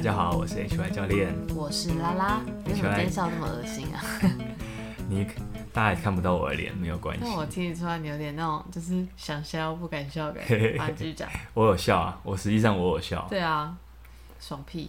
家好，我是 HY 教练， 我是拉拉。为什么今天笑这么恶心啊？ 大家也看不到我的脸，没有关系。 但我听得出来你有点那种就是想笑不敢笑的感觉。好，你继续讲。 我有笑啊，实际上我有笑。 对啊，爽屁。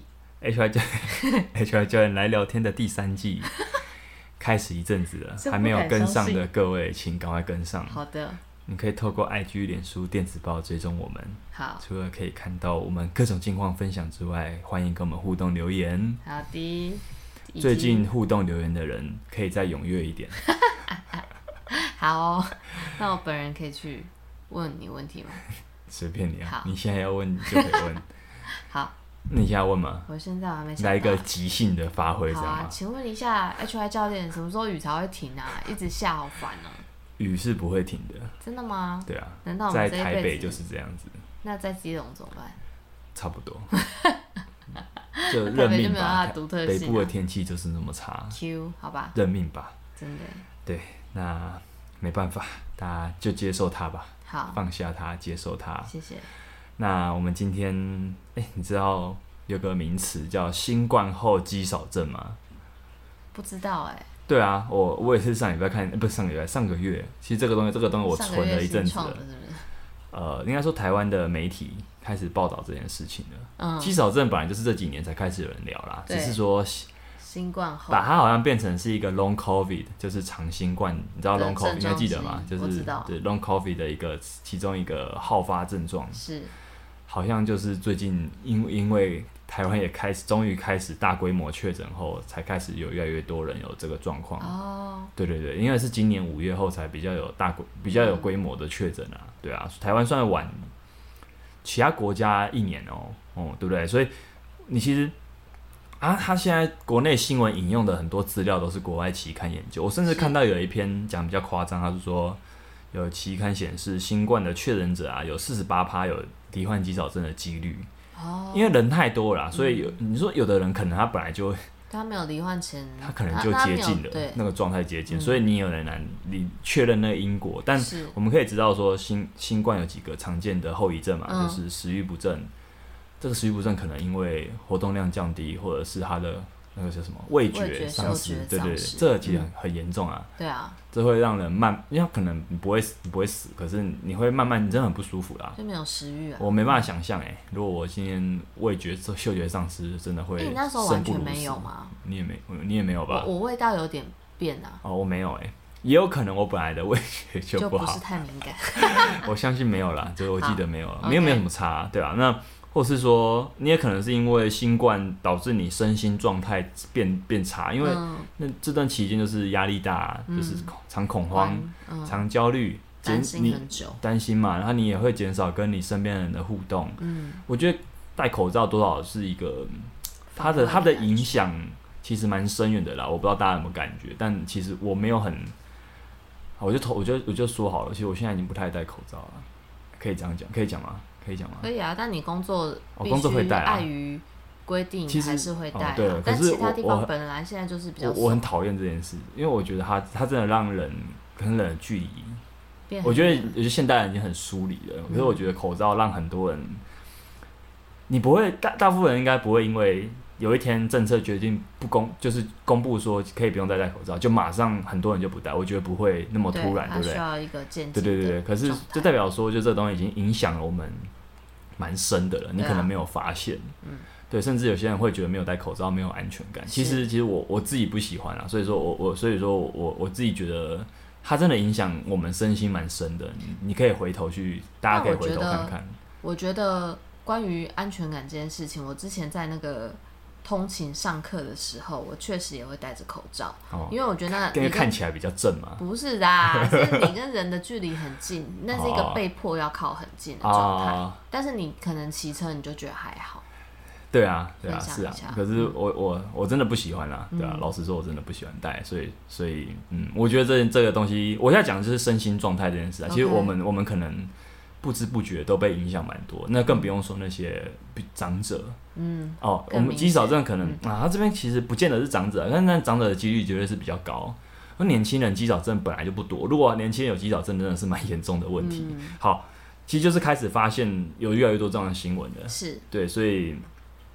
HY 教练来聊天的第3季开始一阵子了，还没有跟上的各位，请赶快跟上。 好的。 你可以透过 IG、脸书、电子报追踪我们。 好。 除了可以看到我们各种近况分享之外，欢迎跟我们互动留言。 好的。 最近互动留言的人可以再踊跃一点。 好哦，那我本人可以去问你问题吗？ 随便你啊， 好， 你现在要问就可以问。 好， 那你现在要问吗？ 我现在还没想到。 来一个即兴的发挥，这样吗？ 好啊，请问一下 HY 教练，什么时候雨才会停啊？一直下好烦哦。 雨是不会停的。 真的吗？ 对啊。 难道我们在台北就是这样子？ 那在基隆怎么办？ 差不多。就认命吧。 北部的天气就是那么差。 Q 好吧。 认命吧。 真的。 对，那没办法，大家就接受它吧。 好。放下它，接受它。 谢谢。 那我们今天，你知道有个名词叫新冠后肌少症吗？ 不知道对啊，我也是上礼拜看，不是上礼拜，上个月。其实这个东西我存了一阵子了。应该说台湾的媒体开始报道这件事情了。肌少症本来就是这几年才开始有人聊啦，只是说新冠后把它好像变成是一个 long covid， 就是长新冠。你知道 long covid 你还记得吗？就是对 long covid 的其中一个好发症状。 是。 好像就是最近因为台湾也终于开始大规模确诊后，才开始有越来越多人有这个状况。对对对，因为是今年5月后才比较有规模的确诊啊。对啊，台湾算晚其他国家1年对不对？所以你其实他现在国内新闻引用的很多资料都是国外期刊研究。我甚至看到有一篇讲比较夸张，他是说有期刊显示新冠的确诊者有 48% 有罹患肌少症的几率。因为人太多了啦，所以你说有的人可能他本来就他没有罹患前， 他可能就接近了那个状态接近，所以你有点难你确认那个因果。但我们可以知道说新冠有几个常见的后遗症嘛，就是食欲不振。这个食欲不振可能因为活动量降低，或者是他的那个叫什么味觉丧失。对对对，这其实很严重啊。 对啊，这会让人因为可能你不会死，可是你会慢慢你真的很不舒服啦， 就没有食欲啊。 我没办法想象如果我今天味觉嗅觉丧失，真的会生不如死。 你那时候完全没有吗？ 你也没有吧？ 我味道有点变啊。 我没有也有可能我本来的味觉就不好， 就不是太敏感。 我相信没有啦，就是我记得没有了，没有什么差对啊。那或是说，你也可能是因为新冠导致你身心状态变差，因为那这段期间就是压力大，就是常恐慌、常焦虑， 担心很久， 担心嘛，然后你也会减少跟你身边人的互动。我觉得戴口罩多少是一个它的影响其实蛮深远的啦。我不知道大家有没有感觉，但其实我没有很，我就说好了，其实我现在已经不太戴口罩了，可以这样讲，可以讲吗？可以啊，但你工作会戴碍于规定还是会戴对， 但其他地方本来现在就是比较我很讨厌这件事，因为我觉得它真的让人跟人的距离变很远。 我觉得有些现代人已经很疏离了，可是我觉得口罩让很多人，你不会大部分人应该不会因为有一天政策决定就是公布说可以不用再戴口罩，就马上很多人就不戴。我觉得不会那么突然，对不对？ 需要一个渐进的。 对。可是就代表说，就这东西已经影响了我们蛮深的了，你可能没有发现。对，甚至有些人会觉得没有戴口罩没有安全感。其实我自己不喜欢啦，所以说我自己觉得它真的影响我们身心蛮深的。你可以回头去，大家可以回头看看。 我觉得关于安全感这件事情，我之前在那个通勤上课的时候，我确实也会戴着口罩，因为我觉得那看起来比较正嘛。 不是啦，是你跟人的距离很近，那是一个被迫要靠很近的状态。但是你可能骑车你就觉得还好。 对啊，是啊。可是我真的不喜欢啦，对啊，老实说，我真的不喜欢戴，所以我觉得这个东西，我现在讲的就是身心状态这件事啊。其实我们可能不知不觉都被影响蛮多，那更不用说那些长者。我们肌少症可能他这边其实不见得是长者，但长者的几率绝对是比较高。而年轻人肌少症本来就不多，如果年轻人有肌少症，真的是蛮严重的问题。好，其实就是开始发现有越来越多这样的新闻了。 是， 对，所以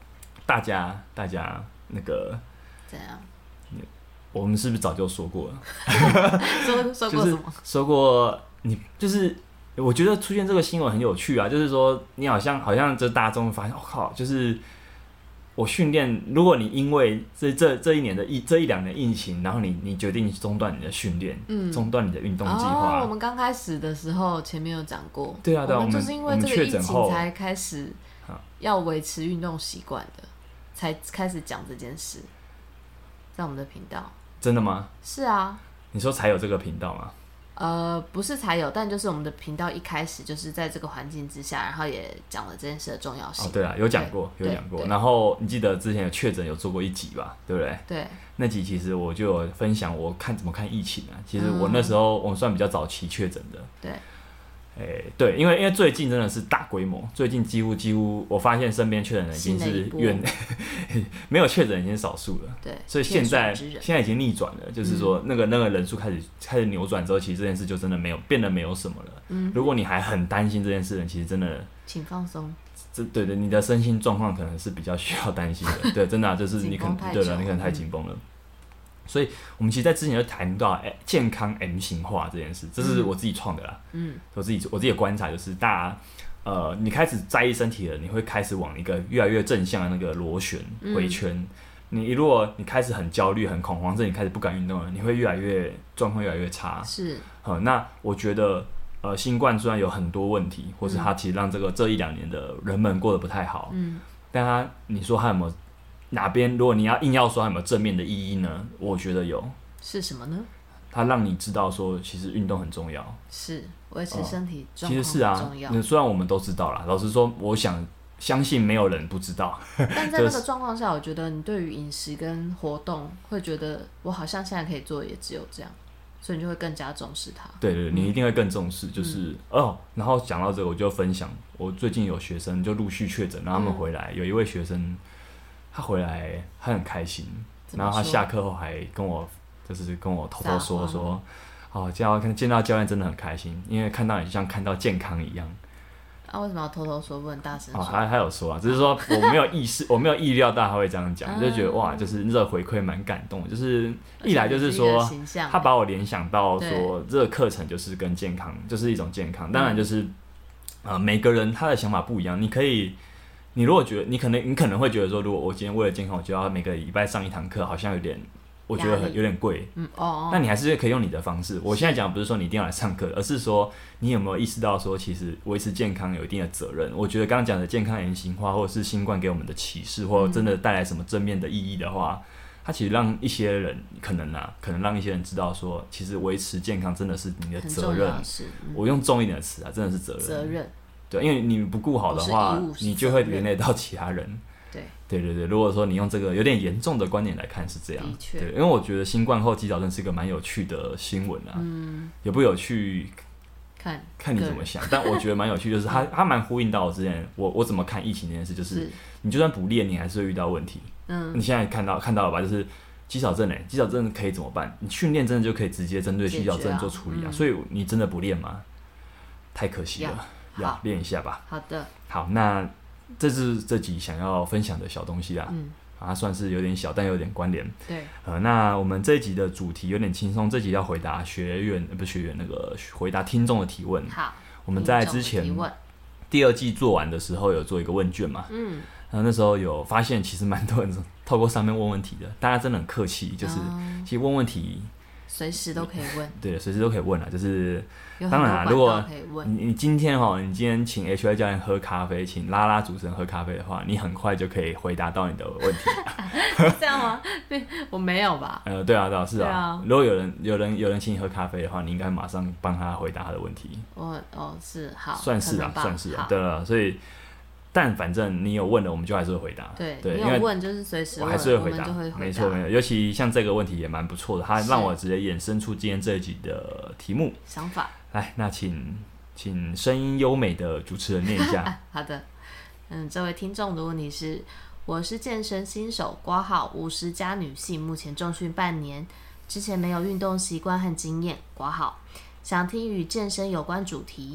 大家那个怎样？ 我们是不是早就说过了？ 说过什么？ 说过你就是。我觉得出现这个新闻很有趣啊，就是说你好像这大众发现，我靠，就是我训练，如果你因为这一年的这一两年疫情，然后你决定中断你的训练，中断你的运动计划。 我们刚开始的时候前面有讲过， 对啊， 我们就是因为这个疫情才开始要维持运动习惯的，才开始讲这件事，在我们的频道。 真的吗？ 是啊。 你说才有这个频道吗？ 不是才有，但就是我们的频道一开始就是在这个环境之下，然后也讲了这件事的重要性。 对啊，有讲过。然后你记得之前有确诊有做过一集吧，对不对？ 对。 那集其实我就有分享我怎么看疫情啊。其实我那时候我算比较早期确诊的。 对。 对，因为最近真的是大规模，最近几乎我发现身边确诊的已经是没有确诊已经少数了。 对， 所以现在已经逆转了，就是说那个人数开始扭转之后，其实这件事就真的变得没有什么了。如果你还很担心这件事，其实真的请放松。 对，你的身心状况可能是比较需要担心的。对，真的就是你可能对了，你可能太紧绷了。所以我们其实在之前就谈到健康 M 型化这件事，这是我自己创的啦。我自己的观察就是大家你开始在意身体了，你会开始往一个越来越正向的那个螺旋回圈。如果你开始很焦虑、很恐慌症，你开始不敢运动了，你会状况越来越差。 是。 那我觉得新冠虽然有很多问题，或是它其实让这一两年的人们过得不太好。但你说它有没有？哪边？如果你硬要说有没有正面的意义呢？我觉得有。 是什么呢？ 它让你知道说，其实运动很重要， 是维持身体状况其实是啊，虽然我们都知道啦，老实说，我相信没有人不知道。 但在那个状况下，我觉得你对于饮食跟活动会觉得，我好像现在可以做的也只有这样，所以你就会更加重视它。 对，你一定会更重视。就是然后讲到这个，我就分享，我最近有学生就陆续确诊，然后他们回来，有一位学生。他回来，他很开心，然后他下课后还跟我偷偷说，见到教练真的很开心，因为看到你像看到健康一样。 为什么要偷偷说，不能大声说？ 他有说啊，只是说我没有我没有意料到他会这样讲，就觉得哇，就是这个回馈蛮感动的。就是一来就是说，他把我联想到说，这个课程就是跟健康，就是一种健康。当然就是每个人他的想法不一样，你如果觉得你可能会觉得说，如果我今天为了健康，我就要每个礼拜上一堂课，好像我觉得有点贵。那你还是可以用你的方式。我现在讲不是说你一定要来上课，而是说你有没有意识到说，其实维持健康有一定的责任。我觉得刚刚讲的健康 M 型化，或者是新冠给我们的启示，或者真的带来什么正面的意义的话，它其实让一些人可能让一些人知道说，其实维持健康真的是你的责任。我用重一点的词真的是责任。对，因为你不顾好的话，你就会连累到其他人。对，如果说你用这个有点严重的观点来看是这样，对，因为我觉得新冠后肌早症是一个蛮有趣的新闻啊，有不有趣看你怎么想，但我觉得蛮有趣，就是它蛮呼应到我之前我怎么看疫情这件事，就是你就算不练，你还是会遇到问题。你现在看到了吧？就是肌少症肌少症可以怎么办？你训练真的就可以直接针对肌少症做处理啊，所以你真的不练吗？太可惜了。要练一下吧。 好的。 好，那这是这集想要分享的小东西啦。它算是有点小，但有点关联。 对。 那我们这一集的主题有点轻松，这集要回答回答听众的提问。 好。 我们在之前第2季做完的时候有做一个问卷嘛。然后那时候有发现，其实蛮多人透过上面问问题的，大家真的很客气，就是其实问问题。 随时都可以问， 对，随时都可以问啦。就是当然如果你今天请 HY 教练喝咖啡，请拉拉主持人喝咖啡的话，你很快就可以回答到你的问题。 这样吗？我没有吧？ 对啊，是啊。如果有人请你喝咖啡的话，你应该马上帮他回答他的问题。 是好， 算是啊，对啊，所以。但反正你有问的，我们就还是会回答。 对，你有问就是随时问， 我还是会回答。没错。尤其像这个问题也蛮不错的，它让我直接衍生出今天这一集的题目想法。 来，那请声音优美的主持人念一下。 好的，这位听众的问题是：我是健身新手，50+女性，目前重训半年，之前没有运动习惯和经验，想听与健身有关主题。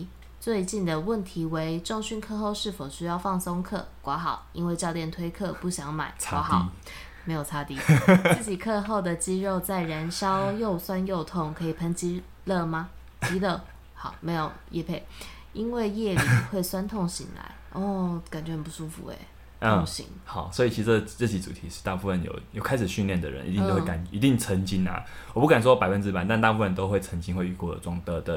最近的问题为重训课后是否需要放松课？括号因为教练推课不想买。括号没有擦地。自己课后的肌肉在燃烧，又酸又痛，可以喷肌乐吗？肌乐好，没有业配。因为夜里会酸痛醒来，感觉很不舒服痛醒。 好，所以其实这期主题是大部分有开始训练的人一定都会一定曾经啊，我不敢说100%，但大部分人都会曾经会遇过的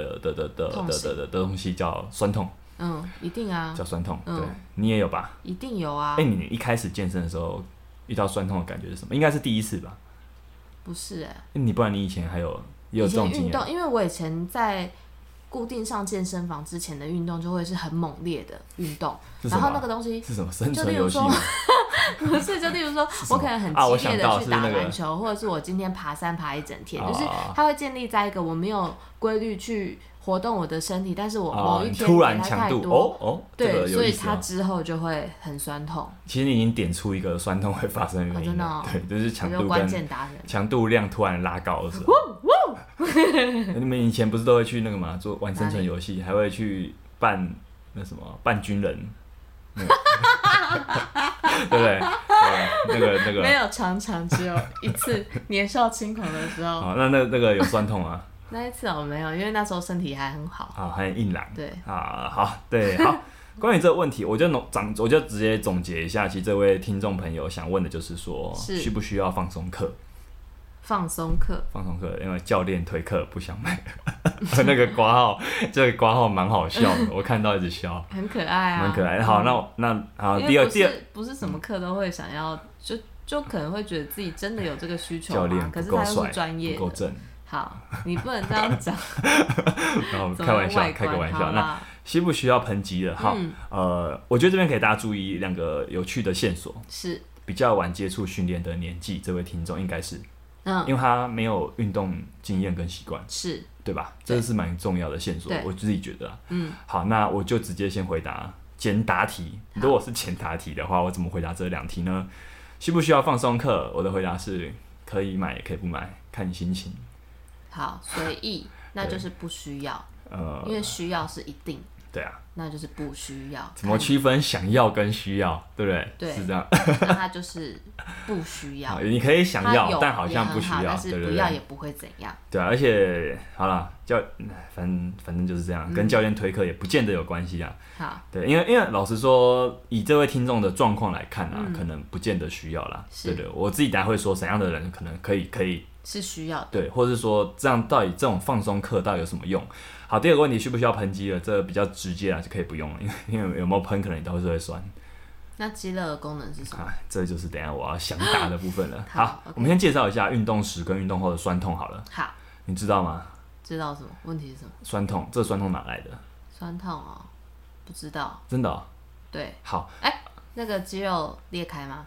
东西叫酸痛。 一定啊， 叫酸痛。对，你也有吧？ 一定有啊。 你一开始健身的时候遇到酸痛的感觉是什么？应该是第一次吧？ 不是不然你以前也有这种经验？ 运动，因为我以前在固定上健身房之前的运动就会是很猛烈的运动，然后那个东西是什么？生存游戏吗？ 不是，就例如说我可能很激烈的去打篮球，或者是我今天爬山爬一整天，就是它会建立在一个我没有规律去活动我的身体，但是我某一天突然强度对，所以它之后就会很酸痛。 其实你已经点出一个酸痛会发生的原因了，对，就是强度关键达人， 强度量突然拉高的时候。你们以前不是都会去那个嘛，玩生存游戏，还会去扮军人，对不对？那个没有，常常只有一次，年少轻狂的时候。 那个有酸痛吗？ 那一次我没有，因为那时候身体还很好， 还很硬朗。 对好。关于这个问题，我就直接总结一下，其实这位听众朋友想问的就是说，需不需要放松课？ 放松课， 因为教练推课不想买。那个挂号，这个挂号蛮好笑的，我看到一直笑， 很可爱啊， 蛮可爱的。好，那好，第二不是什么课都会想要，就可能会觉得自己真的有这个需求嘛， 教练可是他又是专业的， 不够正。 好，你不能这样讲。 然后开个玩笑。那需不需要喷肌了？好，我觉得这边给大家注意2个有趣的线索。 是比较晚接触训练的年纪，这位听众应该是。因为他没有运动经验跟习惯， 是对吧？这是蛮重要的线索，我自己觉得。好，那我就直接先回答简答题。如果是简答题的话，我怎么回答这2题呢？需不需要放松课？我的回答是可以买也可以不买，看你心情。 好，随意，那就是不需要。因为需要是一定。 对啊， 那就是不需要。 怎么区分想要跟需要，对不对？ 对， 是这样。 那它就是不需要。 你可以想要，但好像不需要， 但是不要也不会怎样。 对啊，而且好了，反正就是这样，跟教练推课也不见得有关系啊。 好， 对，因为老实说，以这位听众的状况来看啊，可能不见得需要啦。对对，我自己等下会说怎样的人可能可以是需要的。 对，或者是说这样到底这种放松课到底有什么用？好，第2个问题，需不需要喷肌了？这个比较直接啊，就可以不用了，因为有没有喷可能你都是会酸。 那肌乐的功能是什么？ 这就是等一下我要详答的部分了。好，我们先介绍一下运动时跟运动后的酸痛好了。 好， 你知道吗？ 知道什么？问题是什么？ 酸痛，这酸痛哪来的？ 酸痛不知道。 真的对。 好， 那个肌肉裂开吗？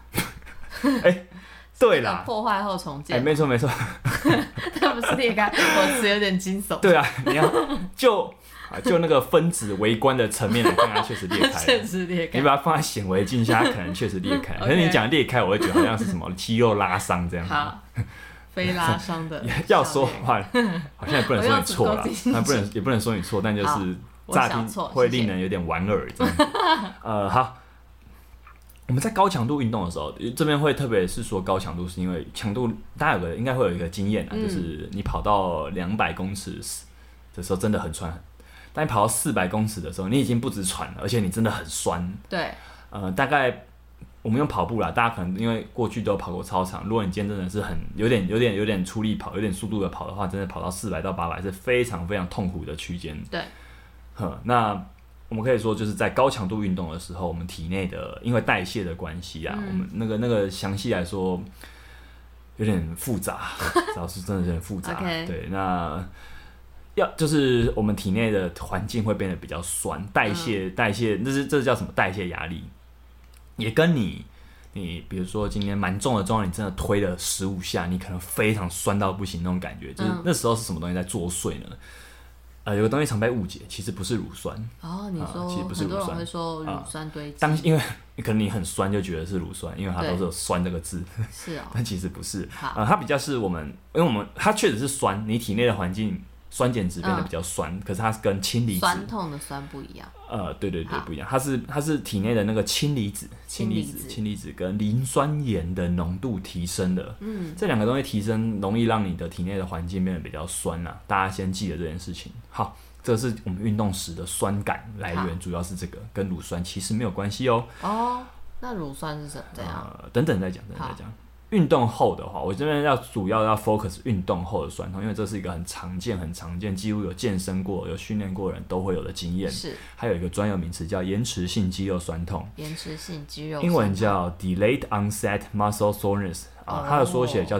对啦， 破坏后重建。 没错。 它不是裂开，我词有点惊悚。 对啊，你要就那个分子微观的层面来看，它确实裂开了。 确实裂开。 你把它放在显微镜下，它可能确实裂开。可是你讲裂开，我会觉得好像是什么肌肉拉伤这样子。 好，非拉伤的。 要说的话，好像也不能说你错了，也不能说你错，但就是乍听会令人有点莞尔这样。好。我们在高强度运动的时候，这边会特别是说高强度，是因为强度大家应该会有一个经验就是你跑到200公尺的时候真的很喘，但你跑到400公尺的时候，你已经不止喘了，而且你真的很酸。 对， 大概我们用跑步啦，大家可能因为过去都有跑过操场，如果你今天真的是有点出力跑，有点速度的跑的话，真的跑到400到800是非常非常痛苦的区间。 对， 那我们可以说，就是在高强度运动的时候，我们体内的因为代谢的关系啊，我们那个详细来说有点复杂，主要是真的有点复杂。 okay. 对，那就是我们体内的环境会变得比较酸，代谢，这叫什么？代谢压力，也跟你比如说今天蛮重的重量，你真的推了15下，你可能非常酸到不行那种感觉，就是那时候是什么东西在作祟呢？有个东西常被误解，其实不是乳酸。 你说， 其实不是乳酸， 很多人会说乳酸堆积。 因为可能你很酸就觉得是乳酸，因为它都是有酸这个字。 是哦。 但其实不是。它比较是因为它确实是酸，你体内的环境酸碱值变得比较酸，可是它跟氢离子酸痛的酸不一样。 对，不一样，它是体内的那个氢离子跟磷酸盐的浓度提升了，这两个东西提升容易让你的体内的环境变得比较酸啊，大家先记得这件事情。好，这是我们运动时的酸感来源，主要是这个，跟乳酸其实没有关系哦。 那乳酸是怎样？ 等等再讲。运动后的话，我这边主要要 focus 运动后的酸痛，因为这是一个很常见，几乎有健身过、有训练过的人都会有的经验。 是。 还有一个专有名词叫延迟性肌肉酸痛。 延迟性肌肉酸痛。 英文叫 delayed onset muscle soreness，它的缩写叫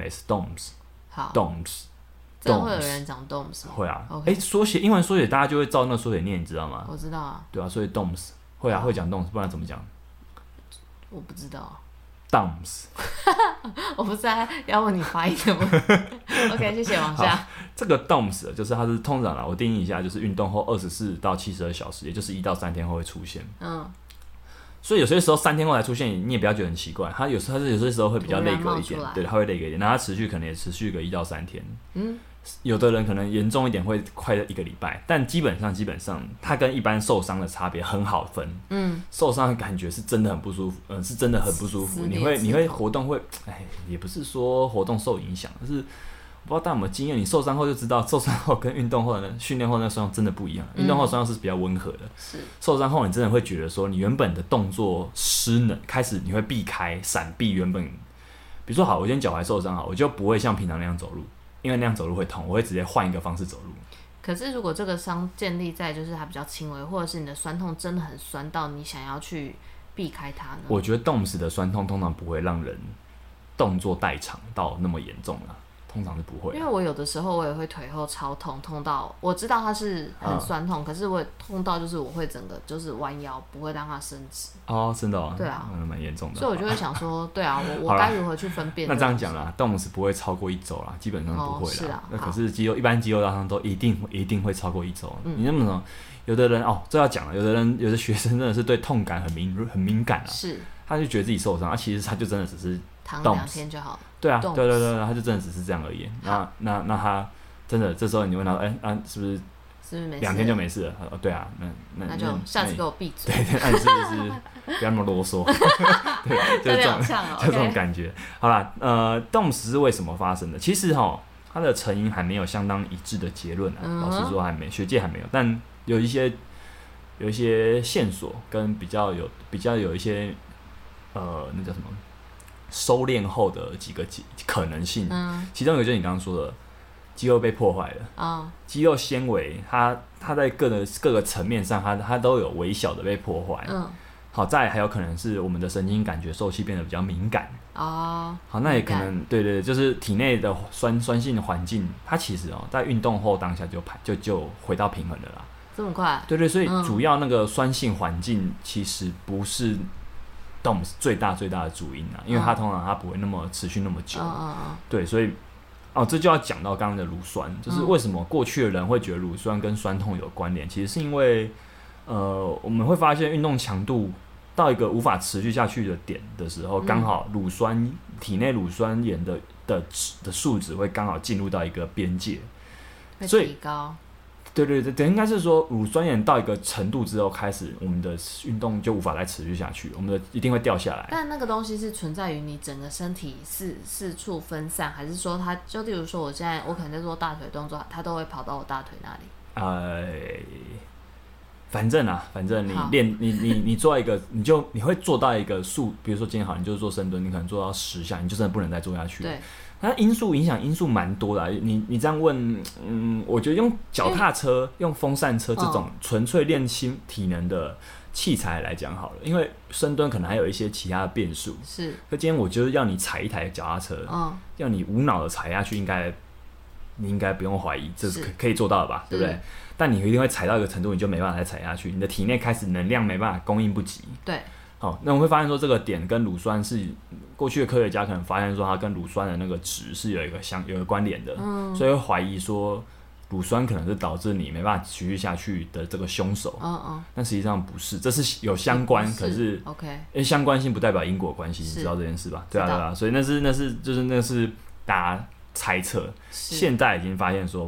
DOMS。 好。 DOMS。 真的会有人讲 DOMS 吗？ 会啊。英文缩写大家就会照那个缩写念，你知道吗？ 我知道啊。 对啊，所以 DOMS 会啊，会讲 DOMS， 不然怎么讲？ 我不知道。 DOMS 我不是要问你发音的吗？OK， 谢谢，往下。 这个 DOMS 就是它是通常啦，我定义一下，就是运动后24到72小时，也就是1到3天后会出现。所以有些时候3天后才出现，你也不要觉得很奇怪。它有些时候会比较累格一点，对，它会累格一点，然后它持续可能也持续个1到3天。有的人可能严重一点会快1个礼拜，但基本上它跟一般受伤的差别很好分。受伤的感觉是真的很不舒服，是真的很不舒服。你会活动会，也不是说活动受影响，就是不知道大家有没有经验，你受伤后就知道，受伤后跟运动后的训练后那酸痛真的不一样。运动后酸痛是比较温和的，受伤后你真的会觉得说，你原本的动作失能，开始你会避开、闪避原本，比如说好，我今天脚踝受伤好，我就不会像平常那样走路。因为那样走路会痛，我会直接换一个方式走路。 可是如果这个伤建立在就是它比较轻微，或者是你的酸痛真的很酸到你想要去避开它呢？我觉得DOMS的酸痛通常不会让人动作代偿到那么严重啦。通常是不会， 因为我有的时候我也会腿后超痛，痛到我知道它是很酸痛，可是我也痛到就是我会整个就是弯腰，不会让它伸直。 真的对啊， 蛮严重的。 所以我就会想说，对啊，我该如何去分辨？ 那这样讲啦，DOMS不会超过1周啦，基本上不会啦。是啊。那可是一般肌肉拉伤都一定会超过1周。你那么说，有的人这要讲了，有的学生真的是对痛感很敏感啊。是。他就觉得自己受伤，其实他就真的只是躺2天就好了。 对，他就真的只是这样而已。那他真的这时候你问他，是不是没事 ？2天就没事了？对啊， 那就下次给我闭嘴。 对，那你是不是不要那么啰嗦？对，就是这种感觉。好啦，DOMS 是为什么发生的？其实它的成因还没有相当一致的结论啊。老实说学界还没有，但有一些线索跟比较有一些那叫什么？收敛后的几个可能性，其中有就是你刚刚说的肌肉被破坏了，肌肉纤维它在各个层面上它都有微小的被破坏，好，再来还有可能是我们的神经感觉受器变得比较敏感，好，那也可能对，就是体内的酸性环境，它其实在运动后当下就回到平衡了啦， 这么快？ 对，所以主要那个酸性环境其实不是DOMS 最大的主因啊，因为它通常它不会那么持续那么久，对，所以这就要讲到刚刚的乳酸，就是为什么过去的人会觉得乳酸跟酸痛有关联，其实是因为我们会发现运动强度到一个无法持续下去的点的时候，刚好体内乳酸盐的数值会刚好进入到一个边界， 所以提高。 对，应该是说乳酸盐到一个程度之后，开始我们的运动就无法再持续下去，我们的一定会掉下来。 但那个东西是存在于你整个身体四处分散，还是说它就例如说我可能在做大腿动作，它都会跑到我大腿那里？ 反正你练你做一个，你会做到一个数，比如说今天好，你就是做深蹲，你可能做到10下，你就真的不能再做下去。对。它影响因素蛮多的，你这样问，我觉得用脚踏车、用风扇车这种纯粹练新体能的器材来讲好了，因为深蹲可能还有一些其他的变数。是。可今天我就是要你踩一台脚踏车，要你无脑的踩下去，你应该不用怀疑，这是可以做到的吧？对不对？但你一定会踩到一个程度，你就没办法再踩下去，你的体内开始能量没办法供应不及。对。好，那我们会发现说这个点跟乳酸是过去的科学家可能发现说它跟乳酸的那个值是有一个关联的，所以会怀疑说乳酸可能是导致你没办法持续下去的这个凶手。但实际上不是，这是有相关，可是 OK， 相关性不代表因果关系，你知道这件事吧？对啊，所以那是大家猜测，现在已经发现说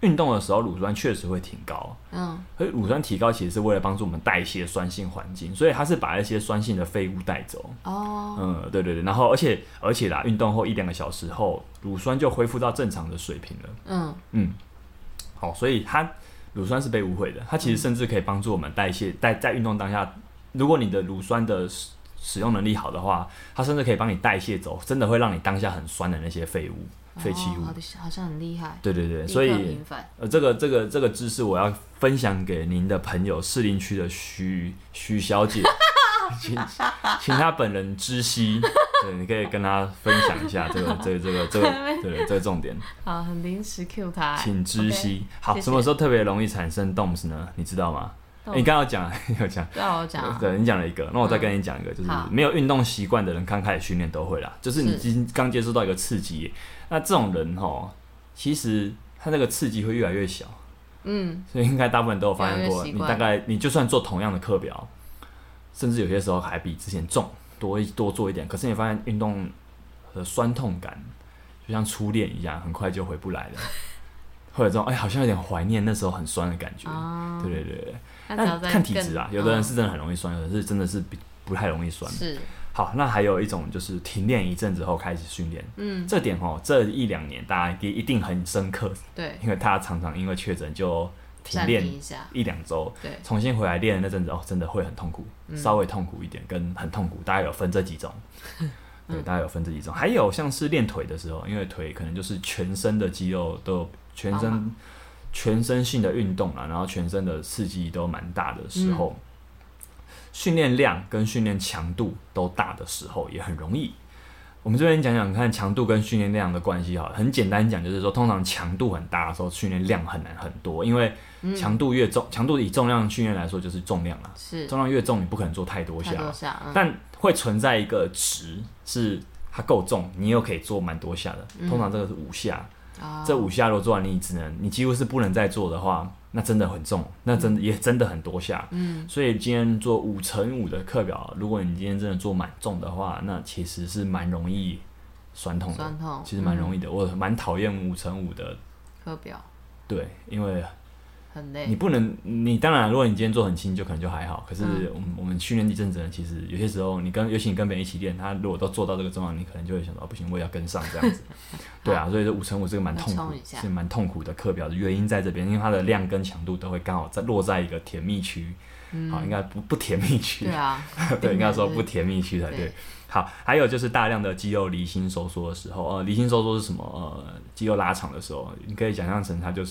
运动的时候乳酸确实会挺高，所以乳酸提高其实是为了帮助我们代谢酸性环境，所以它是把一些酸性的废物带走。对对对，然后而且啦，运动后1-2个小时后，乳酸就恢复到正常的水平了。好，所以乳酸是被误会的，它其实甚至可以帮助我们代谢，在运动当下，如果你的乳酸的使用能力好的话，它甚至可以帮你代谢走，真的会让你当下很酸的那些废物。废弃物好像很厉害。 对对对，所以这个知识我要分享给您的朋友士林区的许小姐，请她本人知悉。对，你可以跟她分享一下这个重点。 好，很临时 cue 她， 请知悉。好， 谢谢。 什么时候特别容易产生 DOMS 呢？你知道吗？你刚刚有讲， 对啊，我讲。 对，你讲了一个，那我再跟你讲一个，就是没有运动习惯的人，刚开始训练都会啦，就是你刚接触到一个刺激，那这种人其实他那个刺激会越来越小，所以应该大部分人都有发现过，你就算做同样的课表，甚至有些时候还比之前重，多做一点，可是你发现运动的酸痛感就像初恋一样，很快就回不来了。会有这种好像有点怀念那时候很酸的感觉。对对对，但看体质啊，有的人是真的很容易酸，有的人是真的是不太容易酸。 是。 好，那还有一种就是停练一阵子后开始训练。这点这1-2年大家一定很深刻。对，因为大家常常因为确诊就停练1-2周，对，重新回来练的那阵子真的会很痛苦，稍微痛苦一点跟很痛苦，大概有分这几种。对，大概有分这几种。还有像是练腿的时候，因为腿可能就是全身的肌肉都有全身性的运动啦，然后全身的刺激都蛮大的时候，训练量跟训练强度都大的时候也很容易。我们这边讲讲看强度跟训练量的关系好了，很简单讲就是说，通常强度很大的时候，训练量很难很多，因为强度越重，强度以重量训练来说就是重量啦，重量越重你不可能做太多下，但会存在一个值是它够重，你又可以做蛮多下的，通常这个是5下。这5下如果做完你几乎是不能再做的话，那真的很重，那也真的很多下。所以今天做5×5的课表，如果你今天真的做蛮重的话，那其实是蛮容易酸痛的，其实蛮容易的。我蛮讨厌5×5的课表， 对，因为很累。 你当然，如果你今天做很轻，就可能就还好。可是我们训练一阵子，其实有些时候尤其你跟别人一起练，他如果都做到这个重量，你可能就会想到不行，我也要跟上这样子。对啊，所以这5×5是个蛮痛苦，是蛮痛苦的课表的原因在这边，因为它的量跟强度都会刚好落在一个甜蜜区。好，应该不甜蜜区。对啊，对，应该说不甜蜜区才对。好，还有就是大量的肌肉离心收缩的时候，离心收缩是什么？肌肉拉长的时候，你可以想象成它就是。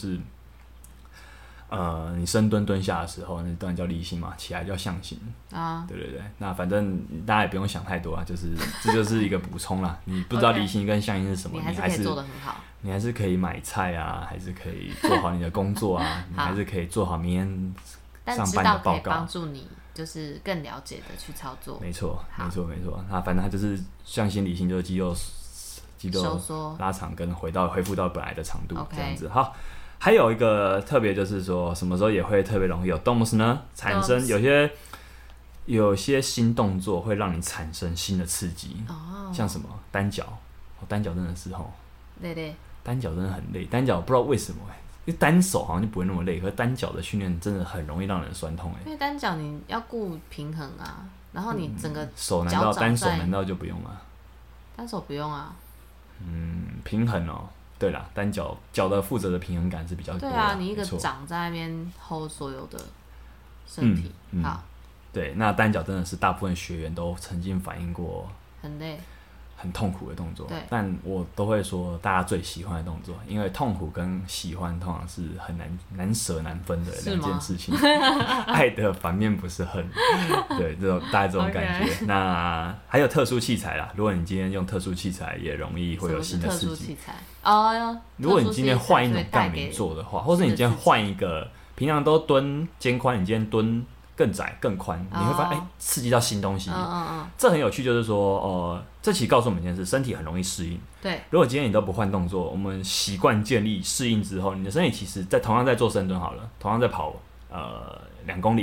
你深蹲下的时候，那段叫离心嘛，起来叫向心啊。对对对，那反正大家也不用想太多啊，这就是一个补充啦。你不知道离心跟向心是什么， 你还是可以做得很好。 你还是可以买菜啊，还是可以做好你的工作啊，你还是可以做好明天上班的报告。但知道可以帮助你，就是更了解的去操作。没错，没错，没错。那反正它就是向心离心，就是肌肉收缩拉长跟恢复到本来的长度这样子。好。还有一个特别就是说，什么时候也会特别容易有 DOMS 呢？产生有些新动作会让你产生新的刺激，像什么单脚，单脚真的是累，单脚真的很累，单脚不知道为什么因为单手好像就不会那么累，可是单脚的训练真的很容易让人酸痛因为单脚你要顾平衡啊，然后你整个单手难道就不用吗？ 单手不用啊， 平衡对啦，单脚的负责的平衡感是比较多的。对啊， 你一个掌在那边 hold 所有的身体。好， 对，那单脚真的是大部分学员都曾经反映过很累、 很痛苦的动作。对，但我都会说大家最喜欢的动作，因为痛苦跟喜欢通常是很难舍难分的两件事情。爱的反面不是恨，对，大概这种感觉。那还有特殊器材啦，如果你今天用特殊器材，也容易会有新的刺激。如果你今天换一种杠铃做的话，或者你今天换一个平常都蹲肩宽，你今天蹲更窄更宽，你会发现刺激到新东西。这很有趣，就是说这其实告诉我们一件事，身体很容易适应。对，如果今天你都不换动作，我们习惯建立适应之后，你的身体其实同样在做深蹲好了，同样在跑2公里，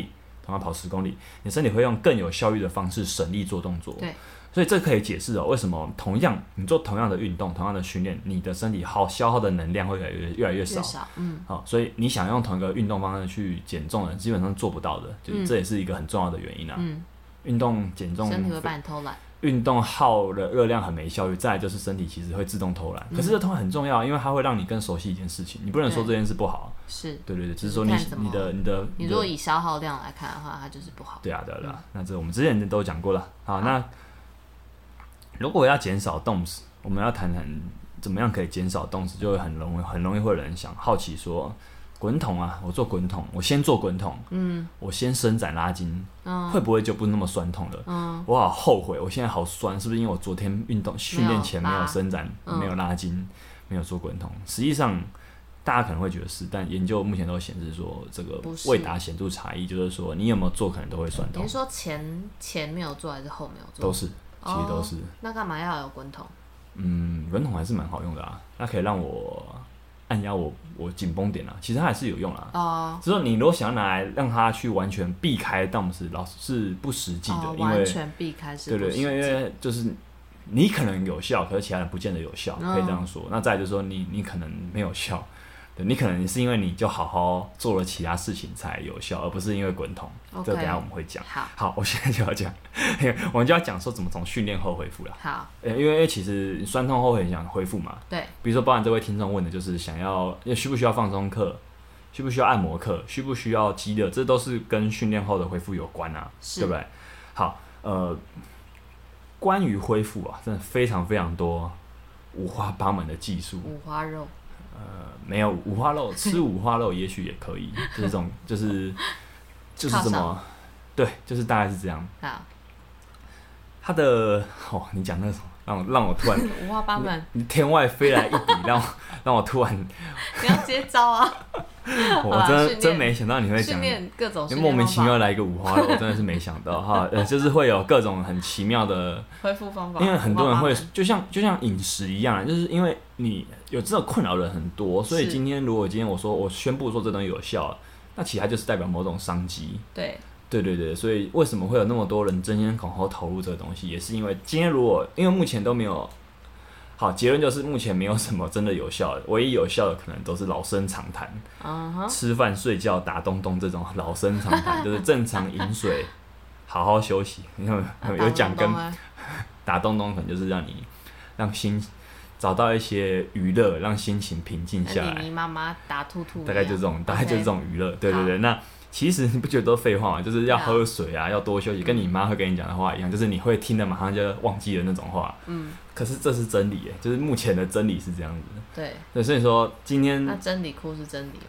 同样跑10公里，你身体会用更有效率的方式省力做动作。 对， 所以这可以解释为什么你做同样的运动、同样的训练，你的身体消耗的能量会越来越少。所以你想用同一个运动方式去减重的人，基本上做不到的，就是这也是一个很重要的原因啊。运动减重， 身体会把你偷懒。 运动耗的热量很没效率，再来就是身体其实会自动偷懒。可是这偷懒很重要，因为它会让你更熟悉一件事情。你不能说这件事不好， 是对，只是说你如果以消耗量来看的话，它就是不好。 对啊。那这我们之前都讲过了。好，那如果要减少动时，我们要谈谈怎么样可以减少动时，就会很容易会有人好奇说。滚筒啊，我做滚筒，我先做滚筒，我先伸展拉筋，会不会就不那么酸痛了？我好后悔，我现在好酸，是不是因为我昨天训练前没有伸展，没有拉筋，没有做滚筒？实际上，大家可能会觉得是，但研究目前都显示说，这个未达显著差异，就是说你有没有做，可能都会酸痛。 你是说前没有做还是后没有做？ 都是，其实都是。 那干嘛要有滚筒？ 滚筒还是蛮好用的啊，它可以让我。按压我紧绷点其实它还是有用啦。只是说你如果想要拿来让它去完全避开动时，老是不实际的，因为完全避开是不实际。 对，因为就是你可能有效，可是其他人不见得有效，可以这样说。那再来就是说你可能没有效。你可能是因为你就好好做了其他事情才有效，而不是因为滚筒。这等一下我们会讲。好，我现在就要讲，我们就要讲说怎么从训练后恢复了。 好， 因为其实酸痛后很想恢复嘛。 对。 比如说，包含这位听众问的就是需不需要放松课，需不需要按摩课，需不需要肌热，这都是跟训练后的恢复有关啊，对不对？好，关于恢复真的非常非常多五花八门的技术。 五花肉。 没有五花肉，吃五花肉也许也可以，就是这种，就是这么，对，就是大概是这样。 好， 他的你讲那个什么，让我突然五花八门， 天外飞来一笔，让我突然， 你要接招啊！ 我真没想到你会讲训练各种莫名其妙来一个五花肉，我真的是没想到哈，就是会有各种很奇妙的恢复方法， 因为很多人会就像饮食一样，就是因为你有这种困扰的人很多，所以如果今天我宣布说这东西有效，那其实它就是代表某种商机。对，所以为什么会有那么多人争先恐后投入这个东西，也是因为今天因为目前都没有。好，结论就是目前没有什么真的有效的，唯一有效的可能都是老生常谈，吃饭睡觉打东东这种老生常谈，就是正常饮水，好好休息。有讲跟打东东可能就是让心找到一些娱乐，让心情平静下来。 你妈妈打兔兔， 大概就是这种娱乐。对，那其实你不觉得都废话吗？就是要喝水啊，要多休息，跟你妈会跟你讲的话一样，就是你会听的马上就忘记了那种话。可是这是真理耶，就是目前的真理是这样子的。对，所以说今天那真理库是真理。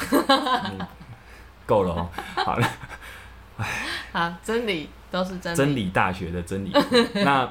够了好了， 好，真理都是真理。 真理大学的真理库。那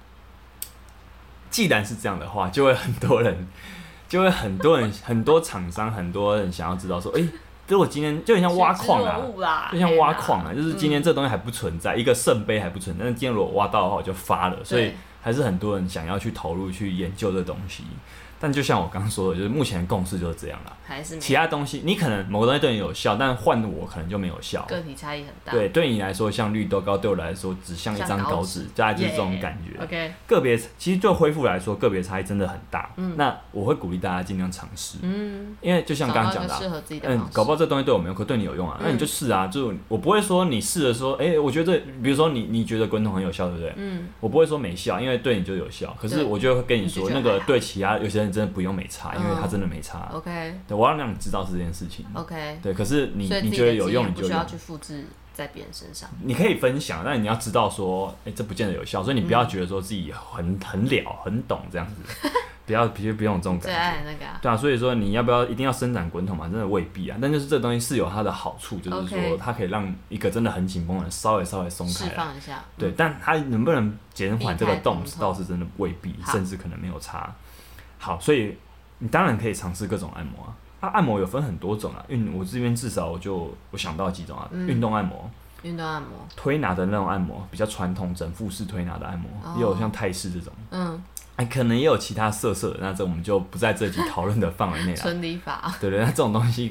既然是这样的话，就会很多人，很多厂商，很多人想要知道说，如果今天就很像挖矿就像挖矿就是今天这东西还不存在，一个圣杯还不存在，但今天如果挖到的话，我就发了，所以还是很多人想要去投入去研究这东西。但就像我刚刚说的，就是目前的共识就是这样啦。 还是其他东西，你可能某个东西对你有效，但换我可能就没有效。 个体差异很大。 对你来说像绿豆糕，对我来说只像一张稿纸，大概就是这种感觉。 OK。 个别其实就恢复来说，个别差异真的很大。那我会鼓励大家尽量尝试。因为就像刚刚讲的， 适合自己的搞不好这东西对我没有，可对你有用啊。那你就试啊，就我不会说你试了说，我觉得比如说你觉得滚筒很有效，对不对？我不会说没效，因为对你就有效。可是我就会跟你说，那个对其他有些人真的不用没差。因为它真的没差。 OK。 对，我要让你知道是这件事情。 OK。 对，可是你觉得有用，你就不需要去复制在别人身上。 你可以分享，但你要知道说，这不见得有效，所以你不要觉得说自己很了、很懂这样子，不要有这种感觉。 最爱那个。 对啊，所以说你要不要一定要伸展滚筒嘛？真的未必啊。但就是这东西是有它的好处，就是说它可以让一个真的很紧绷的人稍微松开来， 释放一下。 对，但它能不能减缓这个动倒是真的未必，甚至可能没有差。好，所以。你当然可以尝试各种按摩按摩有分很多种我这边至少我想到几种运动按摩、推拿的那种按摩，比较传统整复式推拿的按摩，也有像泰式这种，可能也有其他色的，那这我们就不在这集讨论的范围内了。 纯理法。 对，那这种东西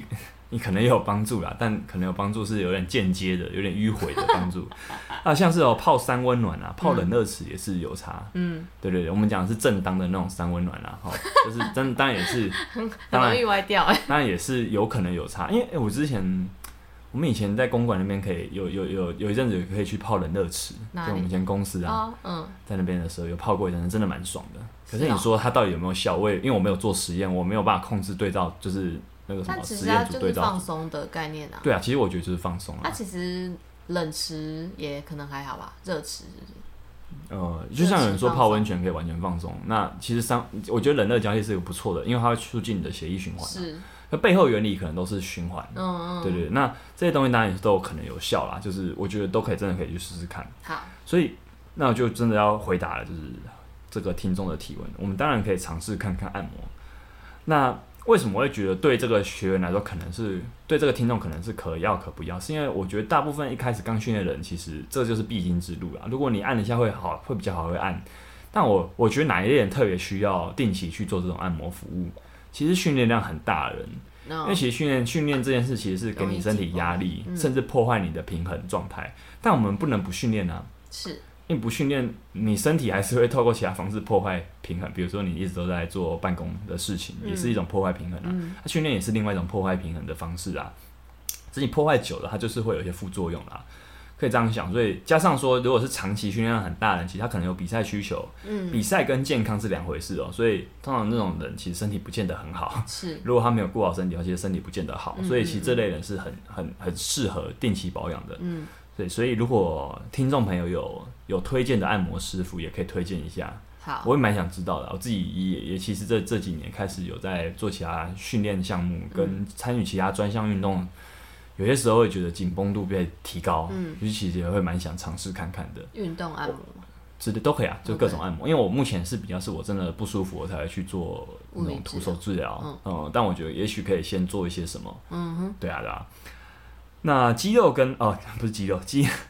你可能也有帮助啦，但可能有帮助是有点间接的，有点迂回的帮助。像是泡三温暖啊，泡冷热池也是有差。对对对，我们讲的是正当的那种三温暖啦，就是当然也是， 很容易歪掉。 当然也是有可能有差，因为我们以前在公馆那边可以有一阵子可以去泡冷热池，就我们以前公司啊，在那边的时候有泡过一阵子，真的蛮爽的。可是你说它到底有没有效？因为我没有做实验，我没有办法控制对照，就是那个什么实验组对照。它其实就是放松的概念啊。 对啊，其实我觉得就是放松啊。 它其实冷池也可能还好吧，热池就像有人说泡温泉可以完全放松，那其实我觉得冷热交替是个不错的，因为它会促进你的血液循环。是。那背后原理可能都是循环。对对。那这些东西当然也都有可能有效啦，就是我觉得都真的可以去试试看。 好。 所以那我就真的要回答了，就是这个听众的提问，我们当然可以尝试看看按摩。那为什么我会觉得对这个学员来说，可能是对这个听众可能是可要可不要？是因为我觉得大部分一开始刚训练的人，其实这就是必经之路啦。如果你按一下会比较好，会按。但我觉得哪一类人特别需要定期去做这种按摩服务？其实训练量很大的人，因为其实训练这件事其实是给你身体压力，甚至破坏你的平衡状态。但我们不能不训练啊。 是。 因为不训练，你身体还是会透过其他方式破坏平衡。比如说，你一直都在做办公的事情，也是一种破坏平衡啊。训练也是另外一种破坏平衡的方式啊。只是你破坏久了，它就是会有一些副作用啦。可以这样想。所以加上说，如果是长期训练量很大的人，其实他可能有比赛需求。比赛跟健康是两回事哦。所以通常那种人其实身体不见得很好。是。如果他没有顾好身体，其实身体不见得好。所以其实这类人是很适合定期保养的。对，所以如果听众朋友有推荐的按摩师傅，也可以推荐一下。好，我也蛮想知道的。我自己也其实这几年开始有在做其他训练项目，跟参与其他专项运动，有些时候会觉得紧绷度被提高，就是其实也会蛮想尝试看看的。 运动按摩之类都可以啊，就各种按摩。因为我目前是比较是我真的不舒服，我才会去做那种徒手治疗。但我觉得也许可以先做一些什么。对啊，对啊。那肌热跟不是肌肉，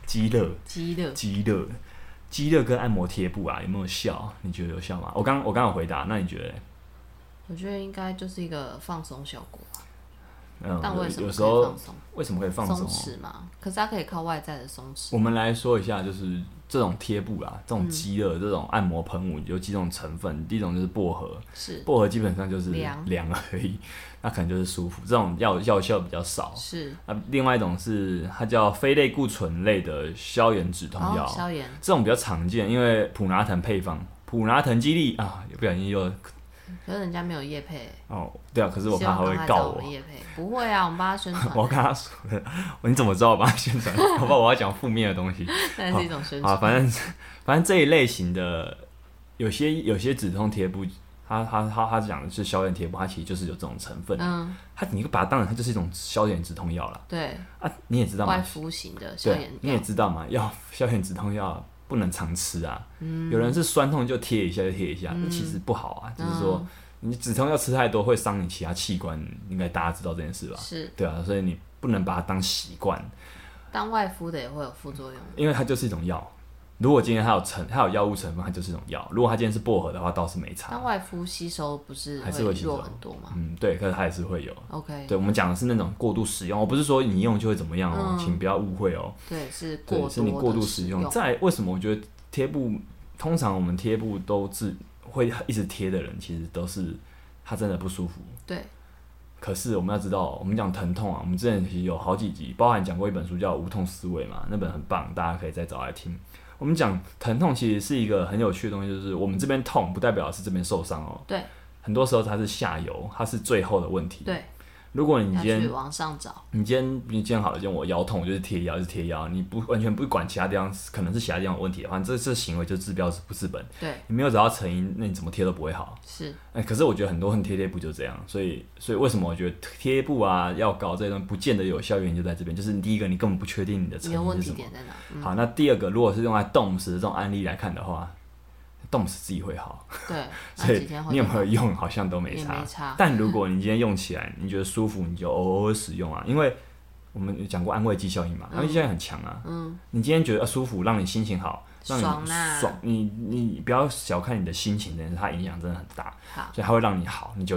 肌热跟按摩贴布啊，有没有效？你觉得有效吗？我刚有回答，那你觉得？ 我觉得应该就是一个放松效果吧。 但为什么有时候放松？ 为什么可以放松？ 松弛嘛，可是它可以靠外在的松弛。 我们来说一下，就是这种贴布啦，这种肌热，这种按摩喷雾有几种成分。第一种就是薄荷，薄荷基本上就是凉而已，那可能就是舒服。这种药效比较少。是。另外一种是它叫非类固醇类的消炎止痛药， 消炎这种比较常见，因为普拿疼配方，普拿疼肌力啊，不小心又。 可是人家没有业配对啊，可是我怕他会告我。 不会啊，我们帮他宣传。 我跟他说的，你怎么知道我帮他宣传？好不好？我要讲负面的东西。 那是一种宣传。 反正这一类型的有些止痛贴布，他讲的是消炎贴布，它其实就是有这种成分。你把它当成它就是一种消炎止痛药啦。对啊，你也知道吗？ 外敷型的消炎药， 你也知道嘛？消炎止痛药不能常吃啊。有人是酸痛就贴一下，那其实不好啊。就是说，你止痛药吃太多会伤你其他器官，应该大家知道这件事吧？是，对啊，所以你不能把它当习惯。 当外敷的也会有副作用， 因为它就是一种药。如果今天它有药物成分，它就是一种药。如果它今天是薄荷的话，倒是没差。 但外敷吸收不是还是会弱很多吗？ 对，可是它还是会有。 OK， 对，我们讲的是那种过度使用，我不是说你用就会怎么样哦，请不要误会哦。 对，是你过度使用。再来，为什么我觉得贴布，通常我们贴布都会一直贴的人，其实都是他真的不舒服。对。可是我们要知道，我们讲疼痛啊，我们之前其实有好几集，包含讲过一本书叫《无痛思维》嘛，那本很棒，大家可以再找来听。我们讲疼痛其实是一个很有趣的东西，就是我们这边痛不代表是这边受伤哦。对。很多时候它是下游，它是最后的问题。对。如果你今天往上找， 你今天好了，今天我腰痛，我就是贴腰，你完全不管其他地方，可能是其他地方有问题的话，这行为就治标不治本。对，你没有找到成因，那你怎么贴都不会好。是，可是我觉得很多人贴布就这样，所以为什么我觉得贴布啊、药膏这些东西不见得有效，原因就在这边，就是第一个你根本不确定你的成因是什么。 问题点在哪？ 好，那第二个，如果是用来冻死的这种案例来看的话。冻死自己会好，对，所以你有没有用好像都没差。但如果你今天用起来，你觉得舒服，你就偶尔使用啊。因为我们讲过安慰剂效应嘛，安慰剂效应很强啊。你今天觉得舒服，让你心情好，让你爽，你不要小看你的心情，但是它影响真的很大。所以它会让你好，你就用。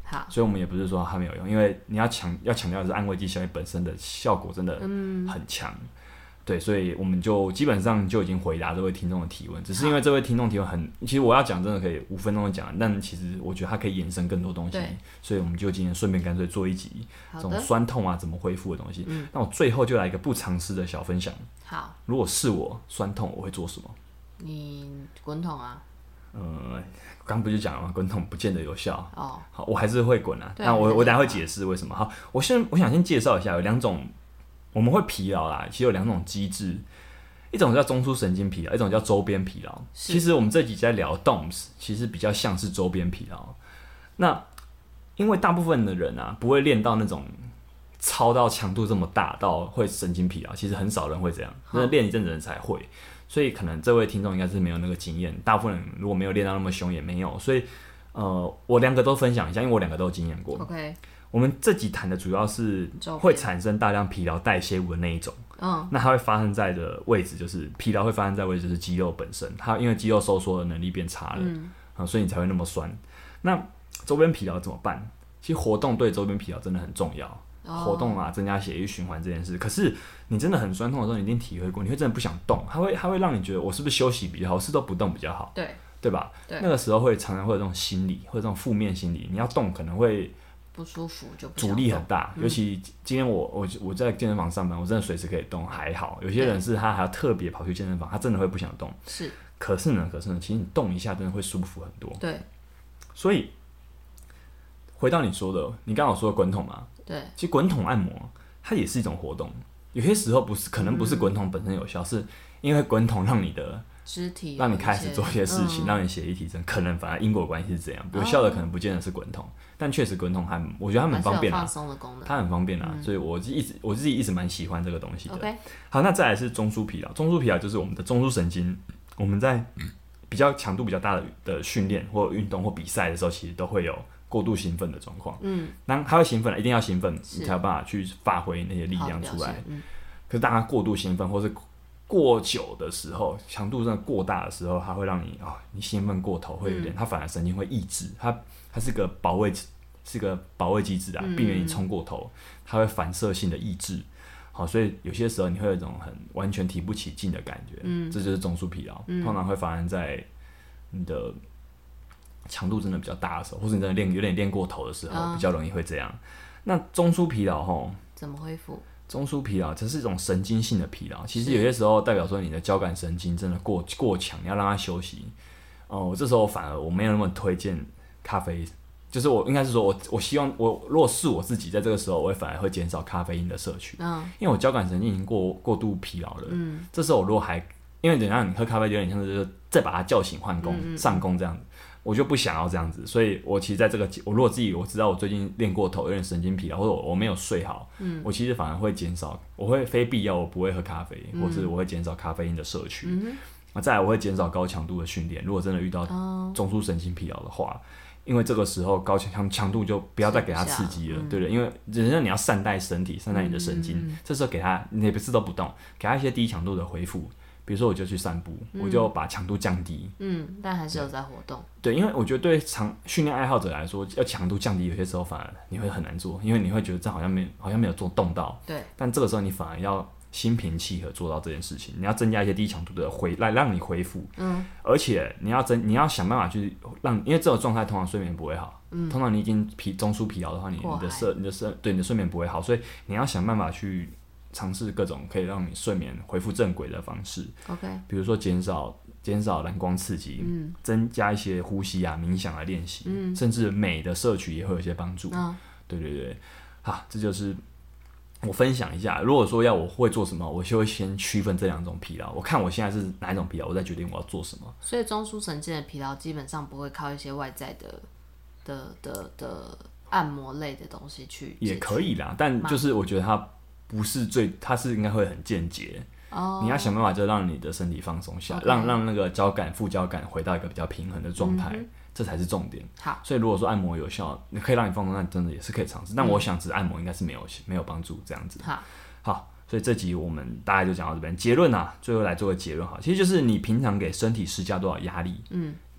好， 所以我们也不是说它没有用，因为你要强调的是安慰剂效应本身的效果真的很强。对，所以我们就基本上就已经回答这位听众的提问，只是因为这位听众提问其实我要讲真的可以5分钟的讲，但其实我觉得它可以延伸更多东西，所以我们就今天顺便干脆做一集这种酸痛啊怎么恢复的东西。那我最后就来一个不藏私的小分享。 好， 如果是我酸痛，我会做什么？ 你滚筒啊？ 刚不就讲了吗？滚筒不见得有效。 哦， 好，我还是会滚啊。那我等一下会解释为什么。好，我想先介绍一下，有2种。我们会疲劳啦，其实有2种机制，一种叫中枢神经疲劳，一种叫周边疲劳。其实我们这集在聊 DOMS， 其实比较像是周边疲劳。那因为大部分的人啊，不会练到那种超到强度这么大到会神经疲劳，其实很少人会这样，那练一阵子人才会。所以可能这位听众应该是没有那个经验，大部分人如果没有练到那么凶也没有。所以我2个都分享一下，因为我2个都有经验过。 OK。 我们这集谈的主要是会产生大量疲劳代谢物的那一种，那它会发生在的位置就是疲劳会发生在位置就是肌肉本身，它因为肌肉收缩的能力变差了，所以你才会那么酸。那周边疲劳怎么办？其实活动对周边疲劳真的很重要，活动啊增加血液循环这件事。可是你真的很酸痛的时候，你一定体会过，你会真的不想动，它会让你觉得我是不是休息比较好，是都不动比较好，对吧？那个时候常常会有这种心理，或者这种负面心理，你要动可能会不舒服，就不阻力很大，尤其今天我在健身房上班，我真的随时可以动，还好。有些人是他还要特别跑去健身房，他真的会不想动。 是， 可是呢，其实你动一下真的会舒服很多。 对， 所以回到你说的，你刚刚有说的滚筒嘛？ 对， 其实滚筒按摩它也是一种活动，有些时候可能不是滚筒本身有效，是因为滚筒让你的肢体让你开始做一些事情，让你血液提升，可能反而因果关系是这样。有效的可能不见得是滚筒，但确实滚筒我觉得它很方便啊，它很方便啊，所以我自己一直蛮喜欢这个东西的。 Okay. 好，那再来是中枢疲劳，中枢疲劳就是我们的中枢神经，我们在比较强度比较大的训练或运动或比赛的时候，其实都会有过度兴奋的状况。那它会兴奋，一定要兴奋，你才有办法去发挥那些力量出来。可是当它过度兴奋或是过久的时候，强度真的过大的时候，它会让你你兴奋过头，会有点，它反而神经会抑制，它是个保卫机制啊，避免你冲过头，它会反射性的抑制。好，所以有些时候你会有一种很完全提不起劲的感觉，这就是中枢疲劳，通常会发生在你的强度真的比较大的时候，或者你真的有点练过头的时候，比较容易会这样。那中枢疲劳怎么恢复？ 中枢疲劳这是一种神经性的疲劳，其实有些时候代表说你的交感神经真的过强，你要让它休息。这时候反而我没有那么推荐咖啡，就是我应该是说我希望如果是我自己在这个时候，我反而会减少咖啡因的摄取，因为我交感神经已经过度疲劳了。这时候我如果还因为等一下你喝咖啡有点像是再把它叫醒换工上工这样子。我就不想要这样子，所以我其实在这个我如果我知道我最近练过头，有点神经疲劳，或者我没有睡好，我其实反而会减少，我会非必要我不会喝咖啡，或是我会减少咖啡因的摄取。再来我会减少高强度的训练，如果真的遇到中枢神经疲劳的话，因为这个时候高强度就不要再给它刺激了，对不对？因为人家你要善待身体，善待你的神经，这时候给它你不是都不动，给它一些低强度的恢复。比如说，我就去散步，我就把强度降低。 但还是有在活动。 对，因为我觉得对训练爱好者来说，要强度降低，有些时候反而你会很难做，因为你会觉得这好像没有做动到。 对。但这个时候你反而要心平气和做到这件事情，你要增加一些低强度的来让你恢复。而且你要想办法去因为这种状态通常睡眠不会好。通常你已经中枢疲劳的话，你的睡眠不会好，所以你要想办法去尝试各种可以让你睡眠恢复正轨的方式。 OK， 比如说减少蓝光刺激，增加一些呼吸啊、冥想的练习，甚至镁的摄取也会有一些帮助。对对对，好，这就是我分享一下。如果说要我会做什么，我就会先区分这2种疲劳。我看我现在是哪一种疲劳，我再决定我要做什么。 所以中枢神经的疲劳基本上不会靠一些外在的按摩类的东西去也可以啦，但就是我觉得它不是它是应该会很间接。你要想办法就让你的身体放松下来，让那个副交感回到一个比较平衡的状态，这才是重点。 好， 所以如果说按摩有效，可以让你放松，那真的也是可以尝试。但我想只按摩应该是没有帮助这样子。好，所以这集我们大概就讲到这边。结论啊，最后来做个结论哈，其实就是你平常给身体施加多少压力，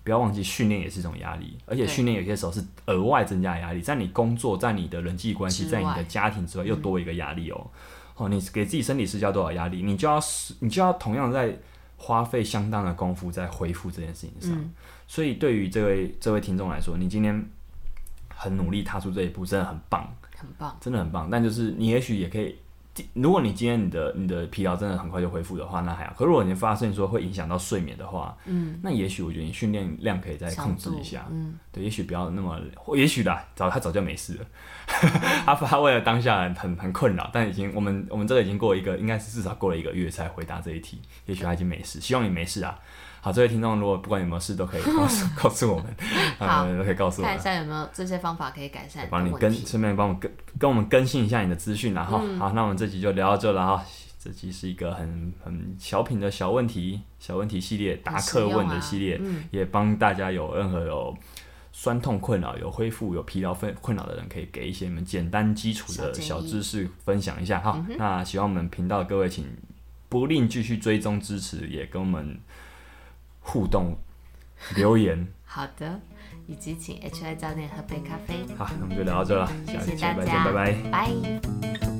不要忘记训练也是一种压力，而且训练有些时候是额外增加的压力，在你工作，在你的人际关系，在你的家庭之外又多一个压力哦。你给自己身体施加多少压力，你就要同样在花费相当的功夫在恢复这件事情上。所以对于这位听众来说，你今天很努力踏出这一步，真的很棒， 很棒， 真的很棒。但就是你也许也可以。如果你今天你的疲劳真的很快就恢复的话，那还好。可如果你发现说会影响到睡眠的话，那也许我觉得你训练量可以再控制一下，对，也许不要那么，也许啦，他早就没事了，他为了当下很困扰，但我们这个已经过一个，应该是至少过了1个月才回答这一题，也许他已经没事，希望你没事啊。好，这位听众，如果不管有没有事，都可以告诉我们，都可以告诉我们， 看一下有没有这些方法可以改善你的问题， 顺便帮我跟我们更新一下你的资讯啦。好，那我们这集就聊到这了哈。这集是一个很小品的小问题系列，答课问的系列，也帮大家有任何有酸痛困扰、有恢复、有疲劳困扰的人，可以给一些你们简单基础的小知识分享一下哈。那喜欢我们频道的各位，请不吝继续追踪支持，也跟我们互动留言。 好的，以及请 HI 教练喝杯咖啡。 好，那我们就聊到这了， 谢谢大家， 拜拜。 拜。